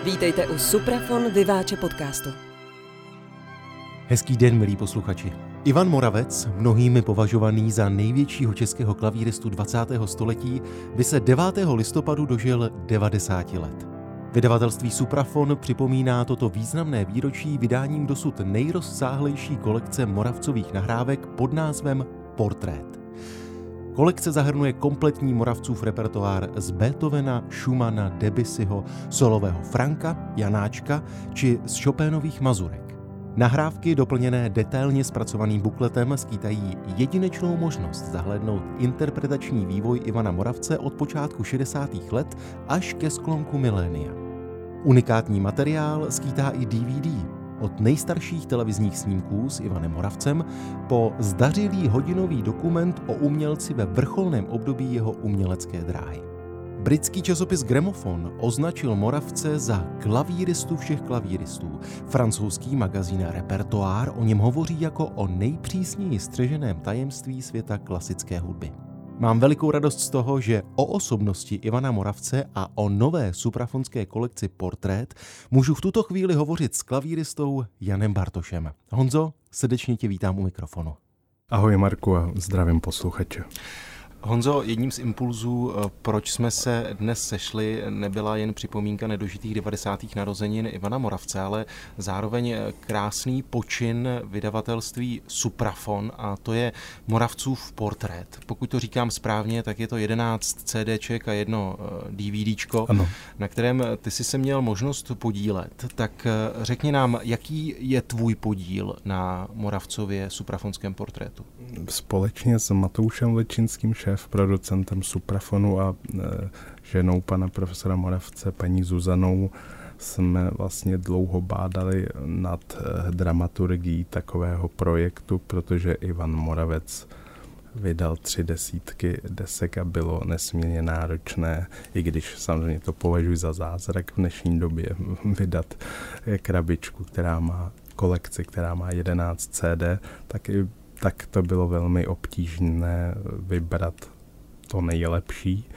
Vítejte u Suprafon Vyváče podcastu. Hezký den, milí posluchači. Ivan Moravec, mnohými považovaný za největšího českého klavíristu 20. století, by se 9. listopadu dožil 90 let. Vydavatelství Suprafon připomíná toto významné výročí vydáním dosud nejrozsáhlejší kolekce Moravcových nahrávek pod názvem Portrét. Kolekce zahrnuje kompletní Moravcův repertoár z Beethovena, Schumana, Debussyho, solového Franka, Janáčka či z Chopénových mazurek. Nahrávky doplněné detailně zpracovaným bukletem skýtají jedinečnou možnost zahlédnout interpretační vývoj Ivana Moravce od počátku 60. let až ke sklonku milénia. Unikátní materiál skýtá i DVD, od nejstarších televizních snímků s Ivanem Moravcem po zdařilý hodinový dokument o umělci ve vrcholném období jeho umělecké dráhy. Britský časopis Gramophone označil Moravce za klavíristu všech klavíristů. Francouzský magazín Repertoire o něm hovoří jako o nejpřísněji střeženém tajemství světa klasické hudby. Mám velikou radost z toho, že o osobnosti Ivana Moravce a o nové suprafonské kolekci Portrét můžu v tuto chvíli hovořit s klavíristou Janem Bartošem. Honzo, srdečně tě vítám u mikrofonu. Ahoj Marku a zdravím posluchače. Honzo, jedním z impulzů, proč jsme se dnes sešli, nebyla jen připomínka nedožitých 90. narozenin Ivana Moravce, ale zároveň krásný počin vydavatelství Suprafon, a to je Moravcův Portrét. Pokud to říkám správně, tak je to 11 CDček a jedno DVDčko, ano, na kterém ty jsi se měl možnost podílet. Tak řekni nám, jaký je tvůj podíl na Moravcově suprafonském portrétu? Společně s Matoušem Lečinským, producentem Suprafonu, a ženou pana profesora Moravce, paní Zuzanou, jsme vlastně dlouho bádali nad dramaturgií takového projektu, protože Ivan Moravec vydal 30 desek a bylo nesmírně náročné, i když samozřejmě to považuji za zázrak v dnešní době, vydat krabičku, která má kolekci, která má 11 CD, tak to bylo velmi obtížné vybrat to nejlepší.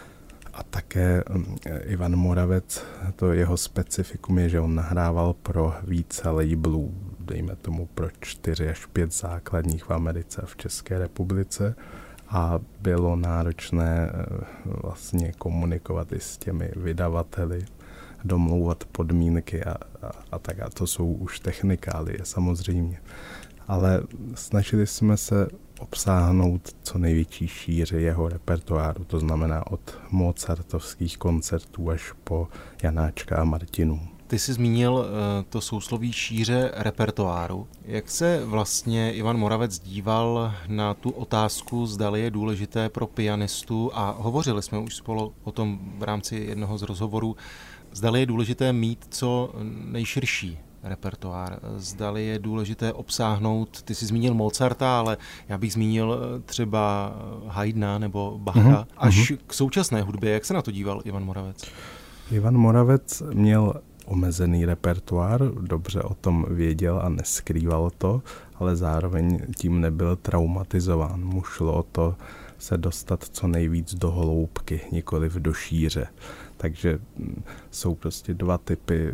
A také Ivan Moravec, to jeho specifikum je, že on nahrával pro více labelů, dejme tomu pro 4 až 5 základních v Americe a v České republice, a bylo náročné vlastně komunikovat i s těmi vydavateli, domlouvat podmínky a tak. A to jsou už technikálie samozřejmě. Ale snažili jsme se obsáhnout co největší šíři jeho repertoáru, to znamená od mozartovských koncertů až po Janáčka a Martinů. Ty jsi zmínil to sousloví šíře repertoáru. Jak se vlastně Ivan Moravec díval na tu otázku, zdali je důležité pro pianistu, a hovořili jsme už spolu o tom v rámci jednoho z rozhovorů, zdali je důležité mít co nejširší repertoár, zdali je důležité obsáhnout, ty jsi zmínil Mozarta, ale já bych zmínil třeba Haydna nebo Bacha, až k současné hudbě. Jak se na to díval Ivan Moravec? Ivan Moravec měl omezený repertoár, dobře o tom věděl a neskrýval to, ale zároveň tím nebyl traumatizován. Mu šlo o to se dostat co nejvíc do hloubky, nikoliv do šíře. Takže jsou prostě dva typy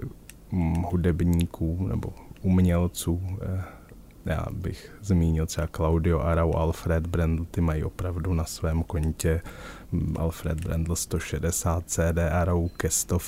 hudebníků nebo umělců. Já bych zmínil třeba Claudio Arrau, Alfred Brendl, ty mají opravdu na svém kontě Alfred Brendl 160 CD, Arrau ke 100,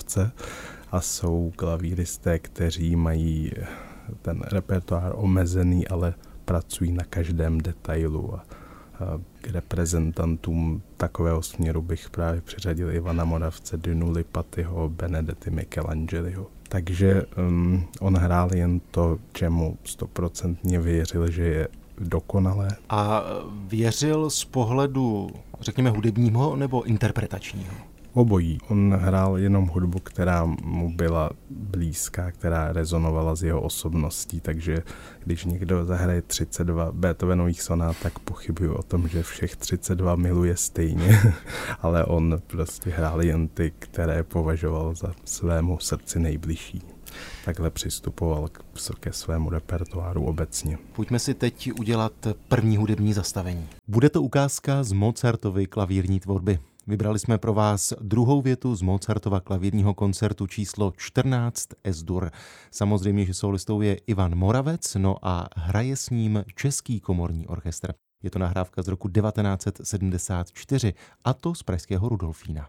a jsou klavíristé, kteří mají ten repertoár omezený, ale pracují na každém detailu, a k reprezentantům takového směru bych právě přiřadil Ivana Moravce, Dinu Lipatyho, Benedetti Michelangeliho. Takže on hrál jen to, čemu 100% věřil, že je dokonalé. A věřil z pohledu, řekněme, hudebního nebo interpretačního? Obojí. On hrál jenom hudbu, která mu byla blízká, která rezonovala s jeho osobností, takže když někdo zahraje 32 Beethovenových sonát, tak pochybuju o tom, že všech 32 miluje stejně, ale on prostě hrál jen ty, které považoval za svému srdci nejbližší. Takhle přistupoval ke svému repertoáru obecně. Pojďme si teď udělat první hudební zastavení. Bude to ukázka z Mozartovy klavírní tvorby. Vybrali jsme pro vás druhou větu z Mozartova klavírního koncertu číslo 14 Es-Dur. Samozřejmě, že solistou je Ivan Moravec, no a hraje s ním Český komorní orchestr. Je to nahrávka z roku 1974, a to z pražského Rudolfína.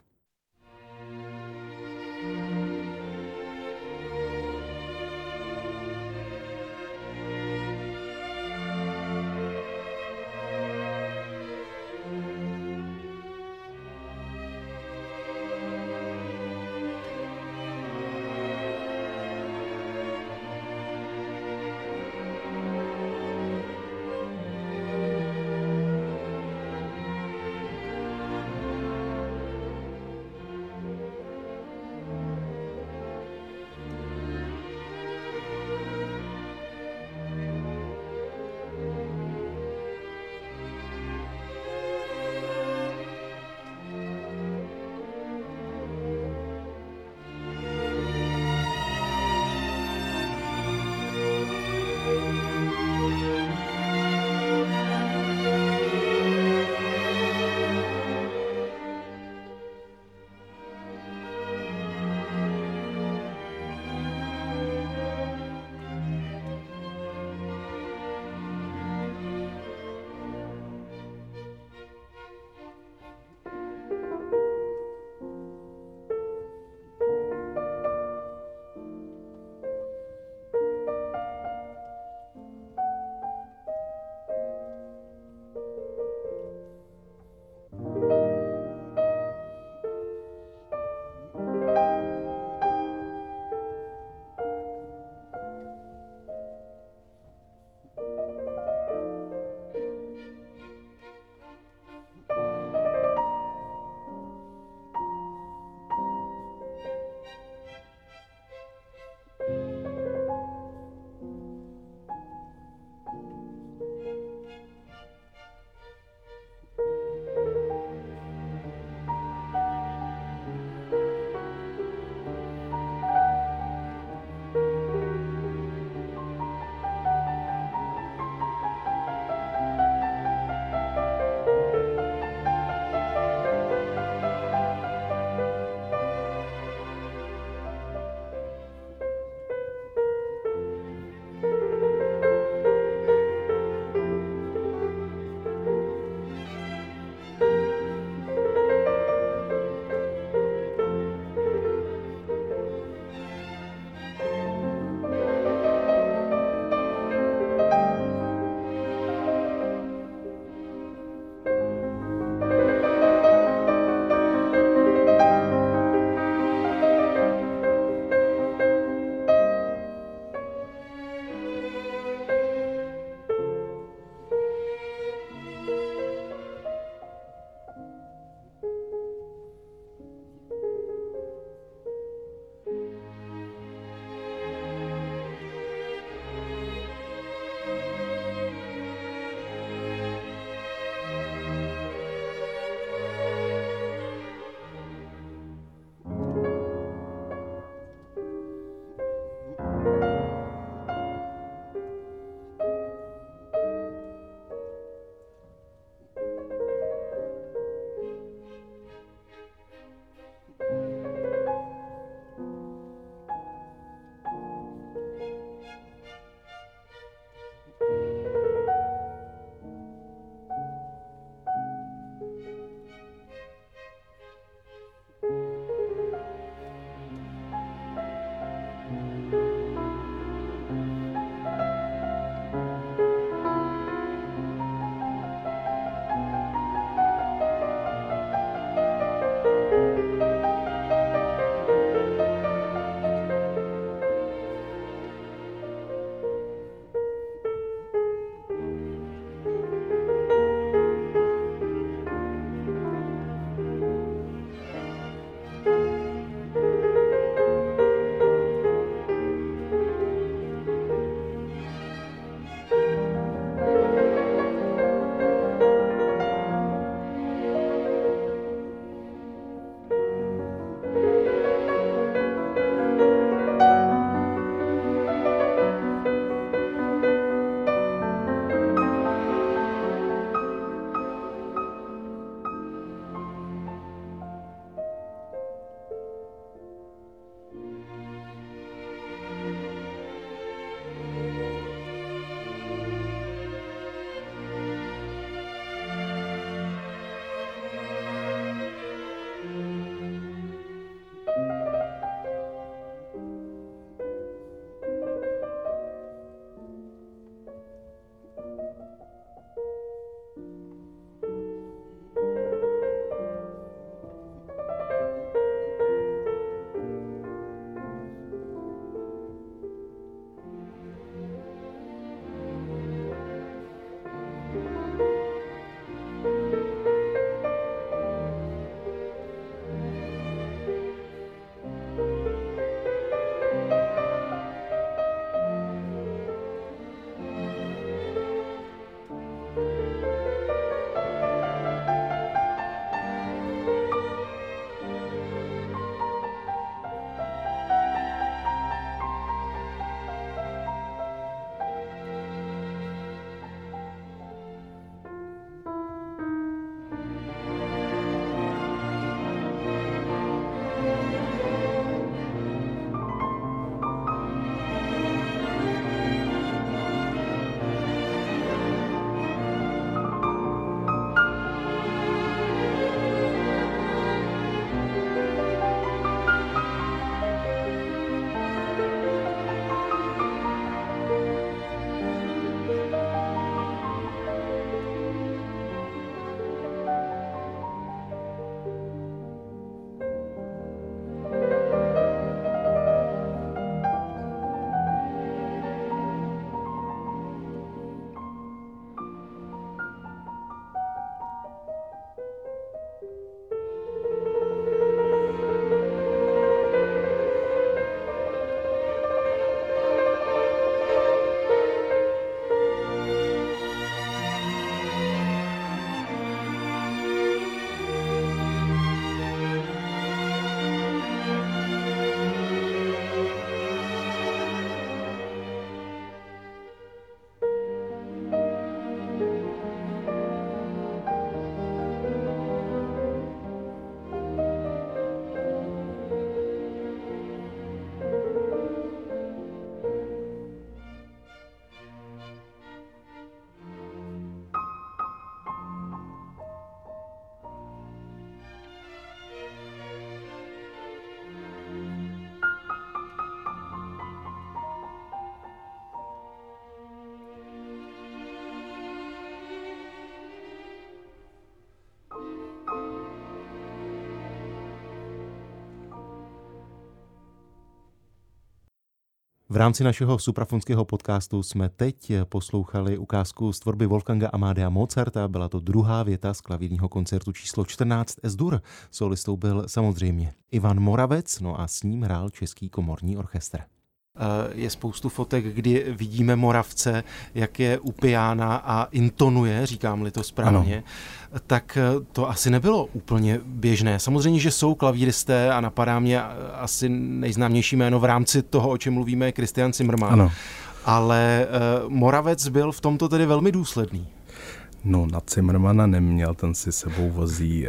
V rámci našeho suprafonského podcastu jsme teď poslouchali ukázku z tvorby Wolfganga Amadea Mozarta. Byla to druhá věta z klavírního koncertu číslo 14 S-dur. Solistou byl samozřejmě Ivan Moravec, no a s ním hrál Český komorní orchestr. Je spoustu fotek, kdy vidíme Moravce, jak je u piána a intonuje, říkám-li to správně, ano. Tak to asi nebylo úplně běžné. Samozřejmě, že jsou klavíristé a napadá mě asi nejznámější jméno v rámci toho, o čem mluvíme, je Christian Zimmermann. Ano. Ale Moravec byl v tomto tedy velmi důsledný. No, na Zimmermana neměl, ten si sebou vozí,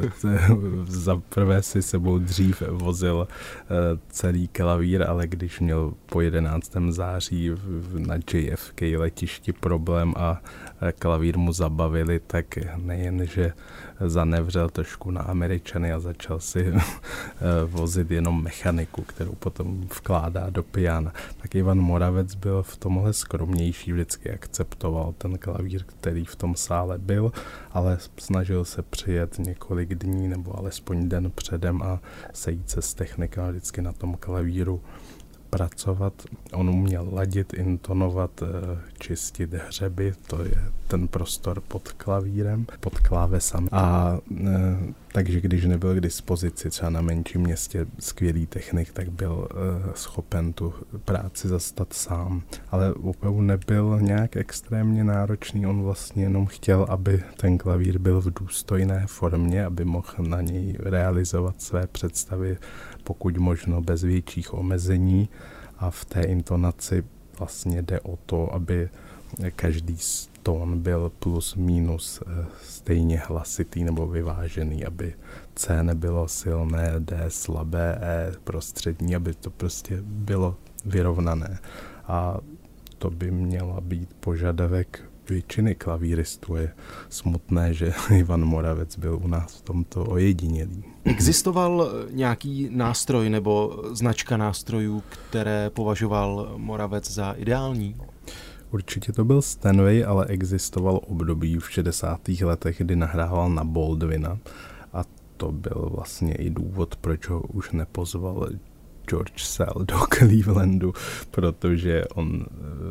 za prvé si sebou dřív vozil celý klavír, ale když měl po 11. září na JFK letišti problém a klavír mu zabavili, tak nejen, že zanevřel trošku na Američany a začal si vozit jenom mechaniku, kterou potom vkládá do piana. Tak Ivan Moravec byl v tomhle skromnější, vždycky akceptoval ten klavír, který v tom sále byl, ale snažil se přijet několik dní nebo alespoň den předem a sejít se s technikem vždycky na tom klavíru pracovat. On uměl ladit, intonovat, čistit hřeby, to je ten prostor pod klavírem, pod klávesami. A takže když nebyl k dispozici třeba na menším městě skvělý technik, tak byl schopen tu práci zastat sám. Ale opravdu nebyl nějak extrémně náročný, on vlastně jenom chtěl, aby ten klavír byl v důstojné formě, aby mohl na něj realizovat své představy, pokud možno bez větších omezení. A v té intonaci vlastně jde o to, aby každý tón byl plus minus stejně hlasitý nebo vyvážený, aby C nebylo silné, D slabé, E prostřední, aby to prostě bylo vyrovnané. A to by měla být požadavek většiny klavíristů. Je smutné, že Ivan Moravec byl u nás v tomto ojedinělý. Existoval nějaký nástroj nebo značka nástrojů, které považoval Moravec za ideální? Určitě to byl Steinway, ale existovalo období v 60. letech, kdy nahrával na Baldwina a to byl vlastně i důvod, proč ho už nepozval George Sell do Clevelandu, protože on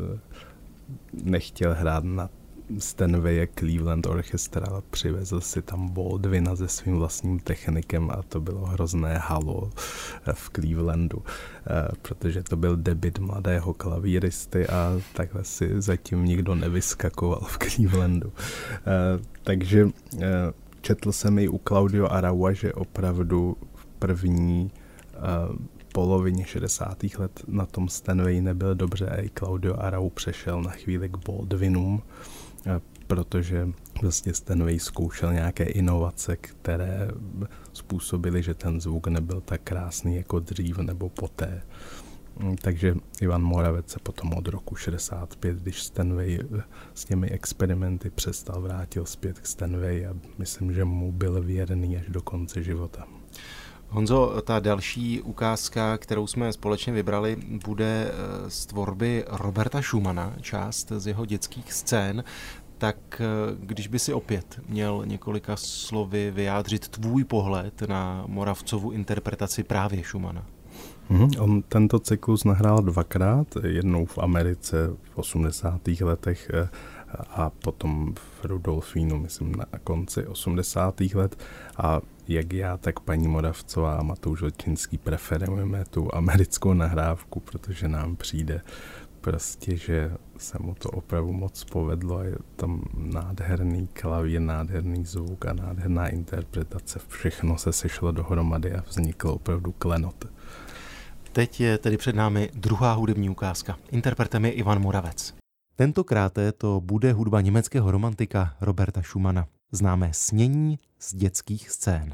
nechtěl hrát na Steinwaye Cleveland Orchestra, ale přivezl si tam Baldwina se svým vlastním technikem a to bylo hrozné halo v Clevelandu, protože to byl debut mladého klavíristy a takhle si zatím nikdo nevyskakoval v Clevelandu. Takže četl jsem i u Claudio Araua, že opravdu v první polovině 60. let na tom Steinwayi nebyl dobře a i Claudio Arau přešel na chvíli k Baldwinům, protože vlastně Steinway zkoušel nějaké inovace, které způsobily, že ten zvuk nebyl tak krásný jako dřív nebo poté. Takže Ivan Moravec se potom od roku 65, když Steinway s těmi experimenty přestal, vrátil zpět k Steinwayi a myslím, že mu byl věrný až do konce života. Honzo, ta další ukázka, kterou jsme společně vybrali, bude z tvorby Roberta Schumana, část z jeho dětských scén. Tak když by si opět měl několika slovy vyjádřit tvůj pohled na Moravcovu interpretaci právě Schumana. On tento cyklus nahrál dvakrát, jednou v Americe v 80. letech a potom v Rudolfínu, myslím na konci 80. let a jak já, tak paní Moravcová a Matouš Vlčinský preferujeme tu americkou nahrávku, protože nám přijde prostě, že se mu to opravdu moc povedlo a je tam nádherný klavír, nádherný zvuk a nádherná interpretace. Všechno se sešlo dohromady a vznikl opravdu klenot. Teď je tedy před námi druhá hudební ukázka. Interpretem je Ivan Moravec. Tentokrát to bude hudba německého romantika Roberta Schumana. Známé Snění z dětských scén.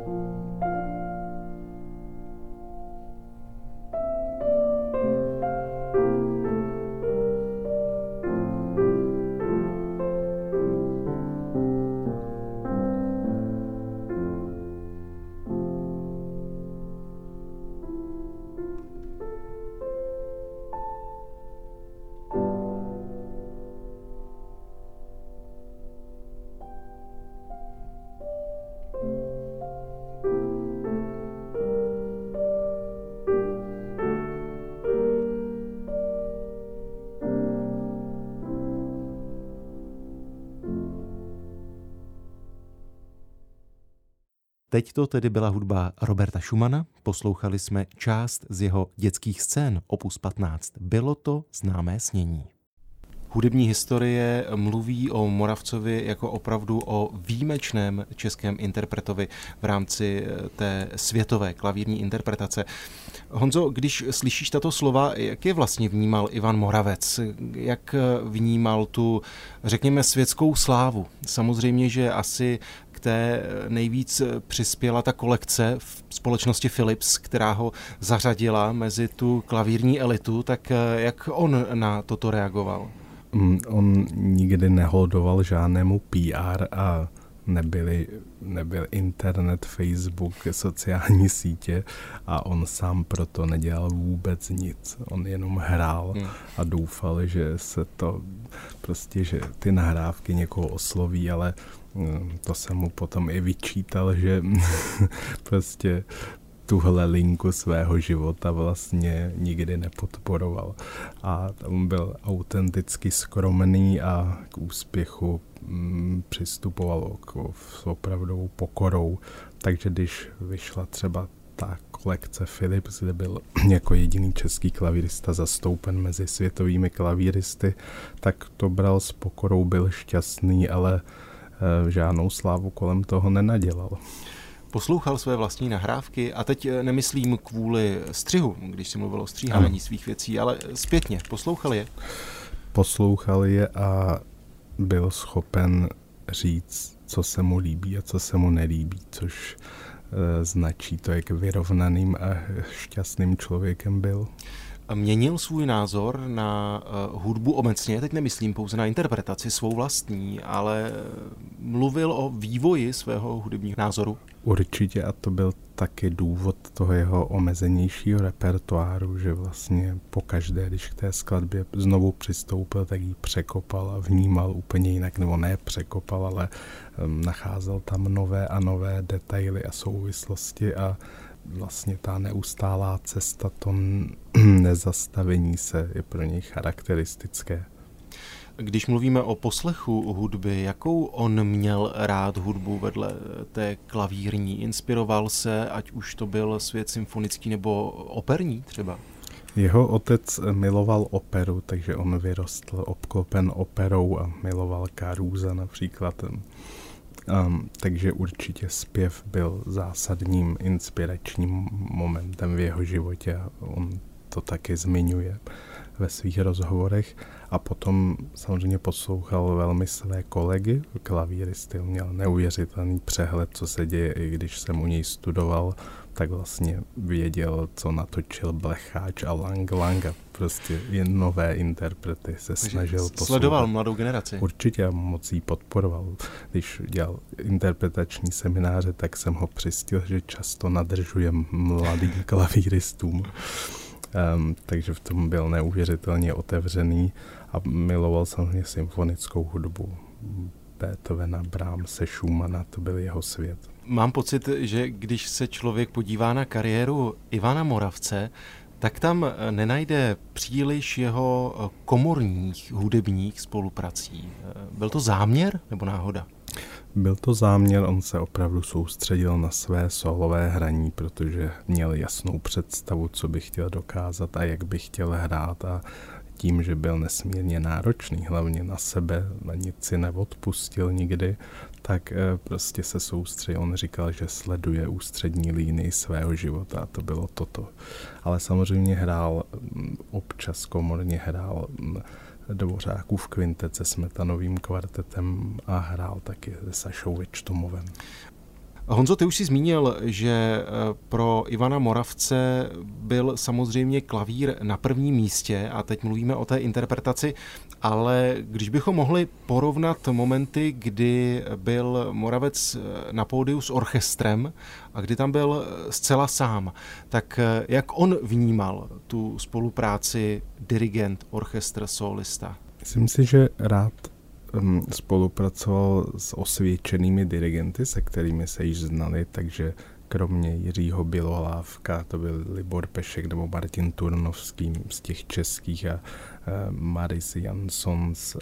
Teď to tedy byla hudba Roberta Schumana, poslouchali jsme část z jeho dětských scén, opus 15. Bylo to známé snění. Hudební historie mluví o Moravcovi jako opravdu o výjimečném českém interpretovi v rámci té světové klavírní interpretace. Honzo, když slyšíš tato slova, jak je vlastně vnímal Ivan Moravec? Jak vnímal tu, řekněme, světskou slávu? Samozřejmě, že asi k té nejvíc přispěla ta kolekce v společnosti Philips, která ho zařadila mezi tu klavírní elitu, tak jak on na toto reagoval? On nikdy neholdoval žádnému PR a nebyl internet, Facebook, sociální sítě a on sám proto nedělal vůbec nic. On jenom hrál a doufal, že se to prostě, že ty nahrávky někoho osloví, ale to jsem mu potom i vyčítal, že prostě tuhle linku svého života vlastně nikdy nepodporoval. A on byl autenticky skromný a k úspěchu přistupoval s opravdovou pokorou. Takže když vyšla třeba ta kolekce Philips, kde byl jako jediný český klavírista zastoupen mezi světovými klavíristy, tak to bral s pokorou, byl šťastný, ale žádnou slávu kolem toho nenadělal. Poslouchal své vlastní nahrávky a teď nemyslím kvůli střihu, když si mluvil o stříhání svých věcí, ale zpětně. Poslouchal je? Poslouchal je a byl schopen říct, co se mu líbí a co se mu nelíbí, což značí to, jak vyrovnaným a šťastným člověkem byl. Měnil svůj názor na hudbu obecně, teď nemyslím pouze na interpretaci svou vlastní, ale mluvil o vývoji svého hudebního názoru? Určitě, a to byl taky důvod toho jeho omezenějšího repertoáru, že vlastně pokaždé, když k té skladbě znovu přistoupil, tak ji překopal a vnímal úplně jinak, nebo ne překopal, ale nacházel tam nové a nové detaily a souvislosti a vlastně ta neustálá cesta, to nezastavení se je pro něj charakteristické. Když mluvíme o poslechu hudby, jakou on měl rád hudbu vedle té klavírní? Inspiroval se, ať už to byl svět symfonický nebo operní třeba? Jeho otec miloval operu, takže on vyrostl obklopen operou a miloval Carusa například. Takže určitě zpěv byl zásadním inspiračním momentem v jeho životě a on to taky zmiňuje ve svých rozhovorech. A potom samozřejmě poslouchal velmi své kolegy, klavíristy, on měl neuvěřitelný přehled, co se děje, i když jsem u něj studoval, tak vlastně věděl, co natočil Blecháč a Lang Lang a prostě jen nové interprety se snažil poslouchat. Sledoval mladou generaci. Určitě a moc jí podporoval. Když dělal interpretační semináře, tak jsem ho přistil, že často nadržuje mladým klavíristům. Takže v tom byl neuvěřitelně otevřený a miloval samozřejmě symfonickou hudbu. Beethovena, Brahmse, Schumana, to byl jeho svět. Mám pocit, že když se člověk podívá na kariéru Ivana Moravce, tak tam nenajde příliš jeho komorních hudebních spoluprací. Byl to záměr nebo náhoda? Byl to záměr, on se opravdu soustředil na své solové hraní, protože měl jasnou představu, co by chtěl dokázat a jak by chtěl hrát a tím, že byl nesmírně náročný, hlavně na sebe, na nic si neodpustil nikdy, tak prostě se soustředil. On říkal, že sleduje ústřední línii svého života a to bylo toto. Ale samozřejmě hrál občas komorně, hrál Dvořákův kvintec se Smetanovým kvartetem a hrál taky se Sašou Vičtomovem. Honzo, ty už jsi zmínil, že pro Ivana Moravce byl samozřejmě klavír na prvním místě a teď mluvíme o té interpretaci, ale když bychom mohli porovnat momenty, kdy byl Moravec na pódiu s orchestrem a kdy tam byl zcela sám, tak jak on vnímal tu spolupráci dirigent, orchestr, solista? Myslím si, že rád spolupracoval s osvědčenými dirigenty, se kterými se již znali, takže kromě Jiřího Bělohlávka to byl Libor Pešek nebo Martin Turnovský z těch českých a Maris Jansons,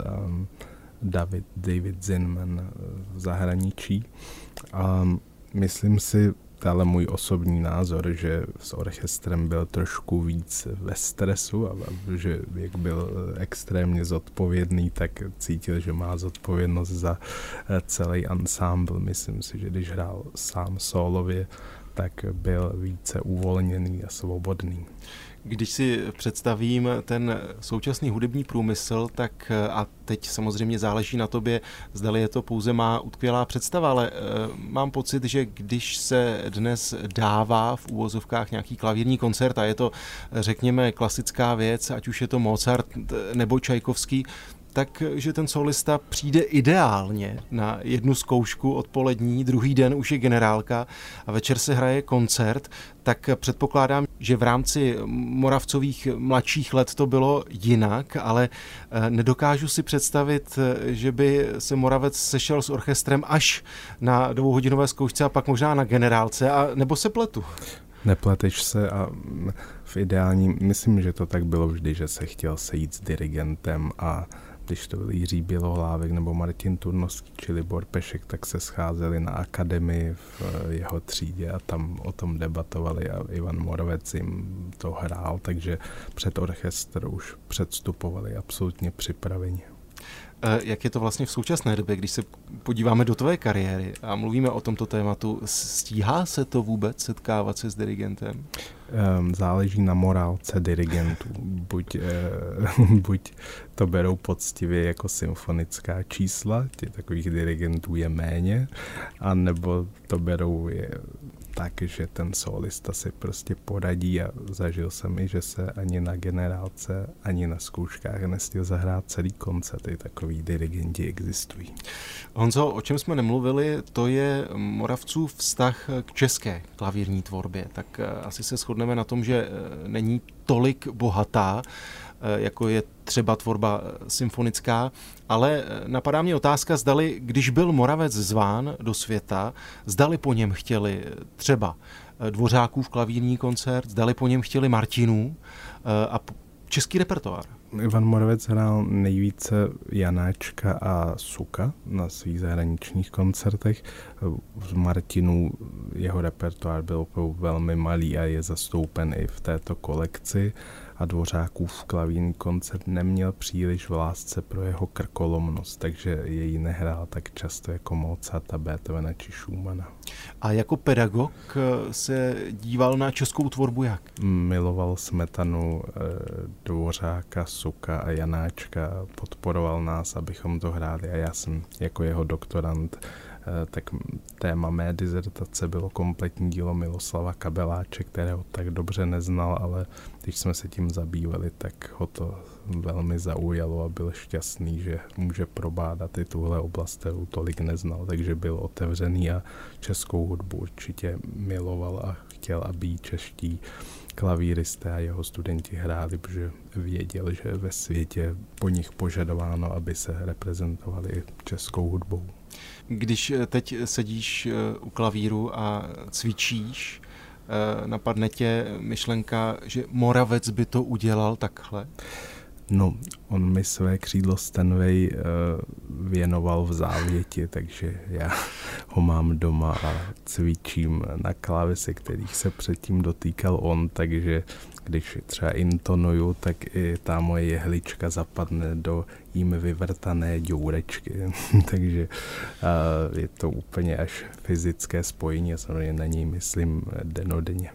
David Zinman v zahraničí. A myslím si, ale můj osobní názor, že s orchestrem byl trošku víc ve stresu a že jak byl extrémně zodpovědný, tak cítil, že má zodpovědnost za celý ansámbl. Myslím si, že když hrál sám sólově, tak byl více uvolněný a svobodný. Když si představím ten současný hudební průmysl, tak a teď samozřejmě záleží na tobě, zdali je to pouze má utkvělá představa, ale mám pocit, že když se dnes dává v úvozovkách nějaký klavírní koncert a je to, řekněme, klasická věc, ať už je to Mozart nebo Čajkovský, takže ten solista přijde ideálně na jednu zkoušku odpolední, druhý den už je generálka a večer se hraje koncert, tak předpokládám, že v rámci Moravcových mladších let to bylo jinak, ale nedokážu si představit, že by se Moravec sešel s orchestrem až na dvouhodinové zkoušce a pak možná na generálce, a nebo se pletu. Nepleteš se a v ideálním, myslím, že to tak bylo vždy, že se chtěl sejít s dirigentem a když to byl Jiří Bělohlávek nebo Martin Turnovský či Libor Pešek, tak se scházeli na akademii v jeho třídě a tam o tom debatovali a Ivan Moravec jim to hrál, takže před orchestr už předstupovali absolutně připraveni. Jak je to vlastně v současné době, když se podíváme do tvé kariéry a mluvíme o tomto tématu, stíhá se to vůbec setkávat se s dirigentem? Záleží na morálce dirigentů. Buď to berou poctivě jako symfonická čísla, takových dirigentů je méně, anebo to berou tak, že ten solista si prostě poradí a zažil jsem i, že se ani na generálce, ani na zkouškách nestihl zahrát celý koncert. I takový dirigenti existují. Honzo, o čem jsme nemluvili, to je Moravcův vztah k české klavírní tvorbě. Tak asi se shodneme na tom, že není tolik bohatá, jako je třeba tvorba symfonická, ale napadá mě otázka, zdali, když byl Moravec zván do světa, zdali po něm chtěli třeba Dvořákův klavírní koncert, zdali po něm chtěli Martinů a český repertoár. Ivan Moravec hrál nejvíce Janáčka a Suka na svých zahraničních koncertech. Z Martinů jeho repertoár byl opravdu velmi malý a je zastoupen i v této kolekci. A Dvořákův klavírní koncert neměl příliš v lásce pro jeho krkolomnost, takže jej nehrál tak často jako Mozarta, Beethovena či Schumana. A jako pedagog se díval na českou tvorbu jak? Miloval Smetanu, Dvořáka, Suka a Janáčka, podporoval nás, abychom to hráli a já jsem jako jeho doktorand, tak téma mé dizertace bylo kompletní dílo Miloslava Kabeláče, kterého tak dobře neznal, ale když jsme se tím zabývali, tak ho to velmi zaujalo a byl šťastný, že může probádat i tuhle oblast, kterou tolik neznal, takže byl otevřený a českou hudbu určitě miloval a chtěl, aby jí čeští klavíristé a jeho studenti hráli, protože věděl, že ve světě po nich požadováno, aby se reprezentovali českou hudbou. Když teď sedíš u klavíru a cvičíš, napadne tě myšlenka, že Moravec by to udělal takhle? No, on mi své křídlo Stanway věnoval v závěti, takže já ho mám doma a cvičím na klávesi, kterých se předtím dotýkal on, takže když třeba intonuju, tak i ta moje jehlička zapadne do jím vyvrtané děurečky, takže je to úplně až fyzické spojení a samozřejmě na něj myslím dennodenně.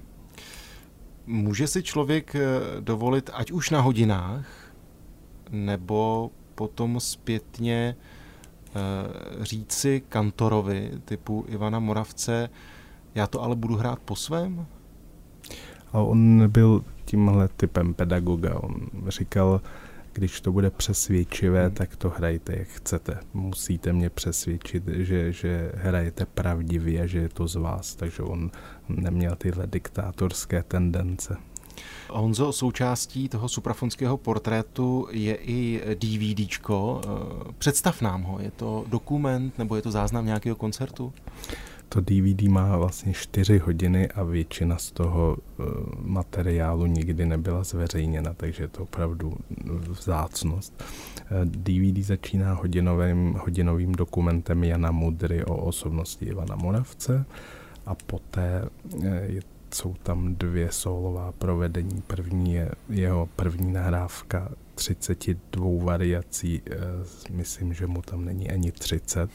Může si člověk dovolit, ať už na hodinách, nebo potom zpětně říci kantorovi typu Ivana Moravce, já to ale budu hrát po svém? A on nebyl tímhle typem pedagoga. On říkal, když to bude přesvědčivé, tak to hrajte, jak chcete. Musíte mě přesvědčit, že hrajete pravdivě a že je to z vás. Takže on neměl tyhle diktátorské tendence. Honzo, součástí toho suprafonského portrétu je i DVDčko. Představ nám ho. Je to dokument nebo je to záznam nějakého koncertu? To DVD má vlastně 4 hodiny a většina z toho materiálu nikdy nebyla zveřejněna, takže je to opravdu vzácnost. DVD začíná hodinovým dokumentem Jana Mudry o osobnosti Ivana Moravce a poté jsou tam 2 sólová provedení. První je jeho první nahrávka 32 variací, myslím, že mu tam není ani 30.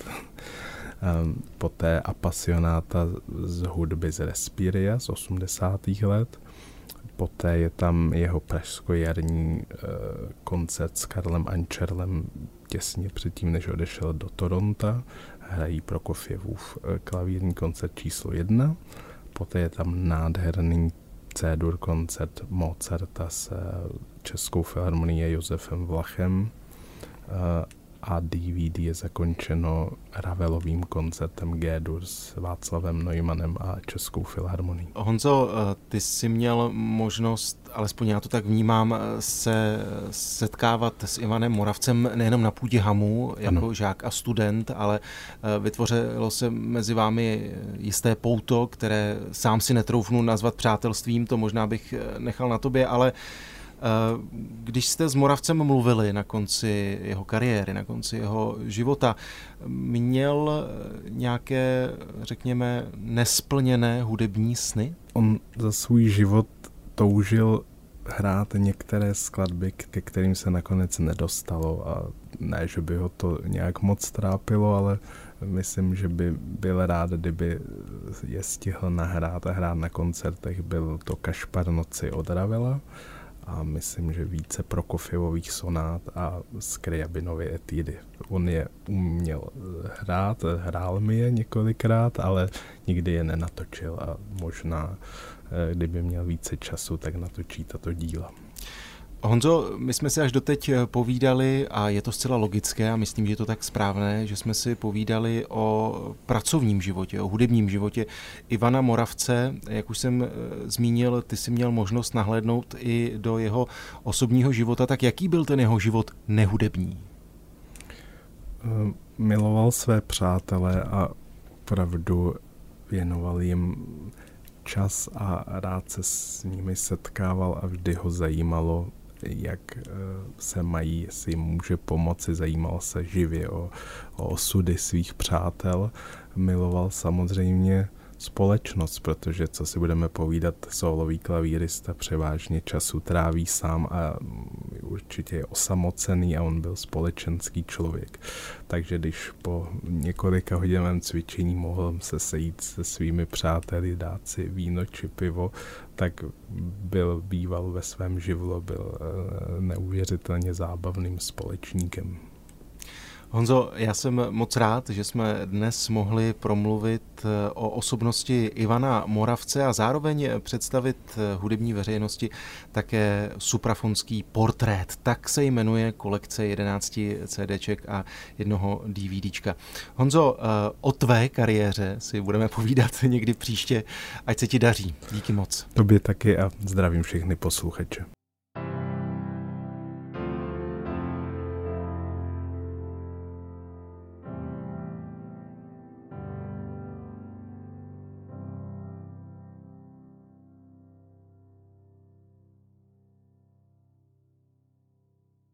Poté Apasionáta z hudby z Respiria z 80. let. Poté je tam jeho pražskojarní koncert s Karlem Ančerlem těsně předtím, než odešel do Toronta. Hrají Prokofjevův klavírní koncert číslo 1. Poté je tam nádherný C-dur koncert Mozarta s Českou filharmonií Josefem Vlachem. A DVD je zakončeno Ravelovým koncertem G-dur s Václavem Neumannem a Českou filharmonií. Honzo, ty jsi měl možnost, alespoň já to tak vnímám, se setkávat s Ivanem Moravcem nejenom na půdě Hamu jako žák a student, ale vytvořilo se mezi vámi jisté pouto, které sám si netroufnu nazvat přátelstvím, to možná bych nechal na tobě, ale když jste s Moravcem mluvili na konci jeho kariéry, na konci jeho života, měl nějaké, řekněme, nesplněné hudební sny? On za svůj život toužil hrát některé skladby, ke kterým se nakonec nedostalo a ne, že by ho to nějak moc trápilo, ale myslím, že by byl rád, kdyby je stihl nahrát a hrát na koncertech. Byl to Kašpar Noci od Ravela a myslím, že více Prokofjevových sonát a Skrjabinovy etudy. On je uměl hrát, hrál mi je několikrát, ale nikdy je nenatočil a možná, kdyby měl více času, tak natočí tato díla. Honzo, my jsme si až doteď povídali, a je to zcela logické a myslím, že je to tak správné, že jsme si povídali o pracovním životě, o hudebním životě Ivana Moravce. Jak už jsem zmínil, ty jsi měl možnost nahlédnout i do jeho osobního života, tak jaký byl ten jeho život nehudební? Miloval své přátele a opravdu věnoval jim čas a rád se s nimi setkával a vždy ho zajímalo, jak se mají, jestli jim může pomoci, zajímal se živě o osudy svých přátel. Miloval samozřejmě společnost, protože co si budeme povídat, sólový klavírista převážně času tráví sám a určitě je osamocený a on byl společenský člověk. Takže když po několika hodinovém cvičení mohl se sejít se svými přáteli, dát si víno či pivo, tak býval ve svém živlu, byl neuvěřitelně zábavným společníkem. Honzo, já jsem moc rád, že jsme dnes mohli promluvit o osobnosti Ivana Moravce a zároveň představit hudební veřejnosti také suprafonský portrét. Tak se jmenuje kolekce 11 CDček a jednoho DVDčka. Honzo, o tvé kariéře si budeme povídat někdy příště. Ať se ti daří. Díky moc. Tobě taky a zdravím všechny posluchače.